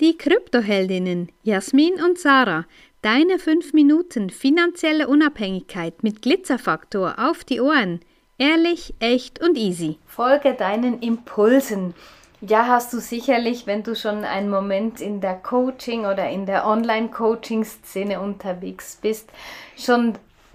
Die Kryptoheldinnen Jasmin und Sarah, deine 5 Minuten finanzielle Unabhängigkeit mit Glitzerfaktor auf die Ohren. Ehrlich, echt und easy. Folge deinen Impulsen. Ja, hast du sicherlich, wenn du schon einen Moment in der Coaching oder in der Online-Coaching-Szene unterwegs bist, schon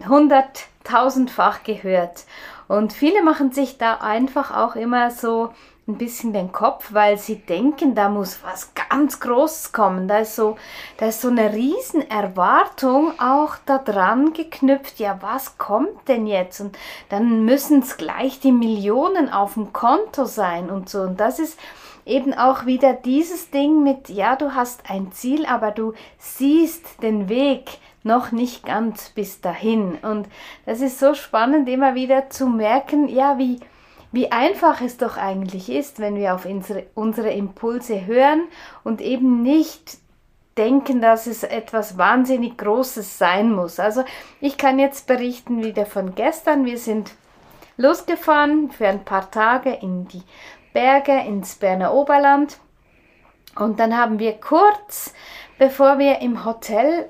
100.000-fach gehört. Und viele machen sich da einfach auch immer so ein bisschen den Kopf, weil sie denken, da muss was ganz Großes kommen. Da ist so eine riesen Erwartung auch da dran geknüpft. Ja, was kommt denn jetzt? Und dann müssen es gleich die Millionen auf dem Konto sein und so. Und das ist eben auch wieder dieses Ding mit, ja, du hast ein Ziel, aber du siehst den Weg noch nicht ganz bis dahin. Und das ist so spannend, immer wieder zu merken, ja, wie einfach es doch eigentlich ist, wenn wir auf unsere Impulse hören und eben nicht denken, dass es etwas wahnsinnig Großes sein muss. Also ich kann jetzt berichten wieder von gestern. Wir sind losgefahren für ein paar Tage in die Berge, ins Berner Oberland. Und dann haben wir kurz, bevor wir im Hotel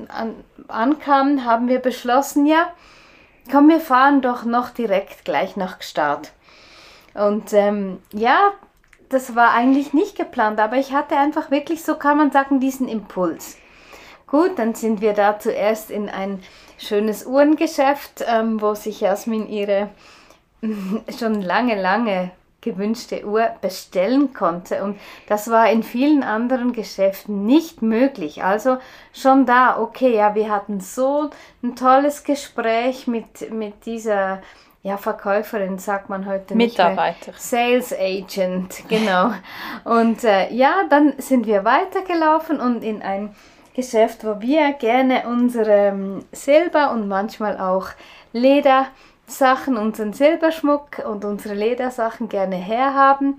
ankamen, haben wir beschlossen, ja, komm, wir fahren doch noch direkt gleich nach Gstaad. Und ja, das war eigentlich nicht geplant, aber ich hatte einfach wirklich, so kann man sagen, diesen Impuls. Gut, dann sind wir da zuerst in ein schönes Uhrengeschäft, wo sich Jasmin ihre schon lange gewünschte Uhr bestellen konnte. Und das war in vielen anderen Geschäften nicht möglich. Also schon da, okay, ja, wir hatten so ein tolles Gespräch mit dieser Verkäuferin, sagt man heute nicht mehr. Mitarbeiter. Sales Agent, genau. Und ja, dann sind wir weitergelaufen und in ein Geschäft, wo wir gerne unsere Silber- und manchmal auch Ledersachen, unseren Silberschmuck und unsere Ledersachen gerne herhaben.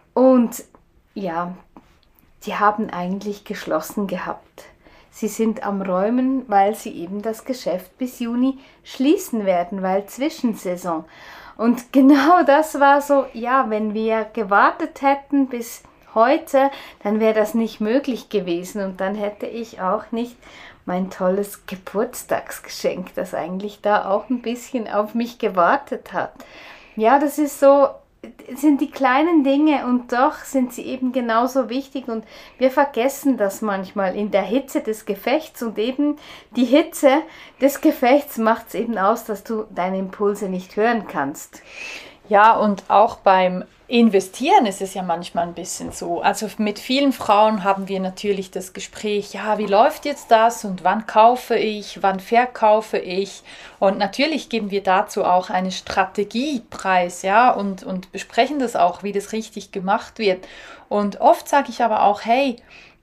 Und ja, die haben eigentlich geschlossen gehabt. Sie sind am Räumen, weil sie eben das Geschäft bis Juni schließen werden, weil Zwischensaison. Und genau das war so, ja, wenn wir gewartet hätten bis heute, dann wäre das nicht möglich gewesen und dann hätte ich auch nicht mein tolles Geburtstagsgeschenk, das eigentlich da auch ein bisschen auf mich gewartet hat. Ja, das ist so, sind die kleinen Dinge und doch sind sie eben genauso wichtig und wir vergessen das manchmal in der Hitze des Gefechts und eben die Hitze des Gefechts macht es eben aus, dass du deine Impulse nicht hören kannst. Ja, und auch beim Investieren ist es ja manchmal ein bisschen so. Also mit vielen Frauen haben wir natürlich das Gespräch, ja, wie läuft jetzt das und wann kaufe ich, wann verkaufe ich? Und natürlich geben wir dazu auch eine Strategiepreis, ja, und besprechen das auch, wie das richtig gemacht wird. Und oft sage ich aber auch, hey,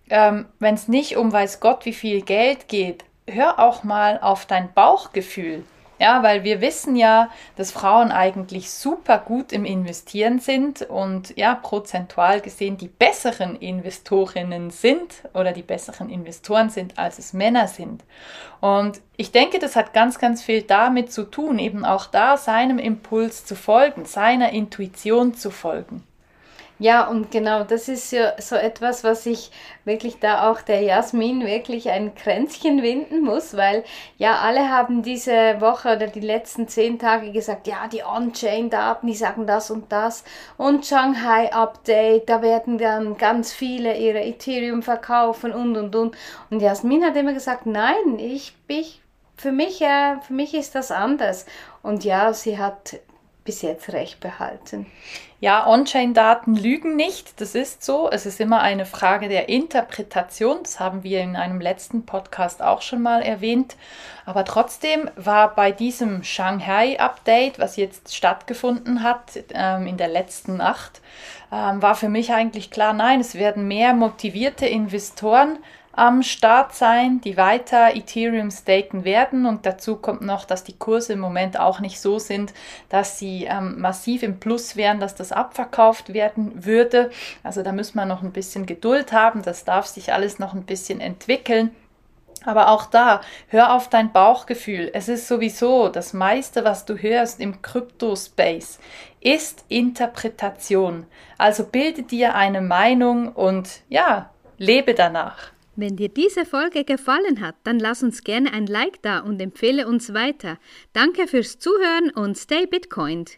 wenn es nicht um weiß Gott wie viel Geld geht, hör auch mal auf dein Bauchgefühl. Ja, weil wir wissen ja, dass Frauen eigentlich super gut im Investieren sind und ja, prozentual gesehen die besseren Investorinnen sind oder die besseren Investoren sind, als es Männer sind. Und ich denke, das hat ganz, ganz viel damit zu tun, eben auch da seinem Impuls zu folgen, seiner Intuition zu folgen. Ja, und genau, das ist ja so etwas, was ich wirklich da auch der Jasmin wirklich ein Kränzchen winden muss, weil ja, alle haben diese Woche oder die letzten 10 Tage gesagt, ja, die On-Chain-Daten, die sagen das und das und Shanghai-Update, da werden dann ganz viele ihre Ethereum verkaufen und. Und Jasmin hat immer gesagt, nein, für mich ist das anders. Und ja, sie hat bis jetzt recht behalten. Ja, On-Chain-Daten lügen nicht, das ist so. Es ist immer eine Frage der Interpretation, das haben wir in einem letzten Podcast auch schon mal erwähnt. Aber trotzdem war bei diesem Shanghai-Update, was jetzt stattgefunden hat in der letzten Nacht, war für mich eigentlich klar, nein, es werden mehr motivierte Investoren am Start sein, die weiter Ethereum staken werden und dazu kommt noch, dass die Kurse im Moment auch nicht so sind, dass sie massiv im Plus wären, dass das abverkauft werden würde. Also da müssen wir noch ein bisschen Geduld haben, das darf sich alles noch ein bisschen entwickeln. Aber auch da, hör auf dein Bauchgefühl. Es ist sowieso das meiste, was du hörst im Krypto-Space, ist Interpretation. Also bilde dir eine Meinung und ja, lebe danach. Wenn dir diese Folge gefallen hat, dann lass uns gerne ein Like da und empfehle uns weiter. Danke fürs Zuhören und stay Bitcoined.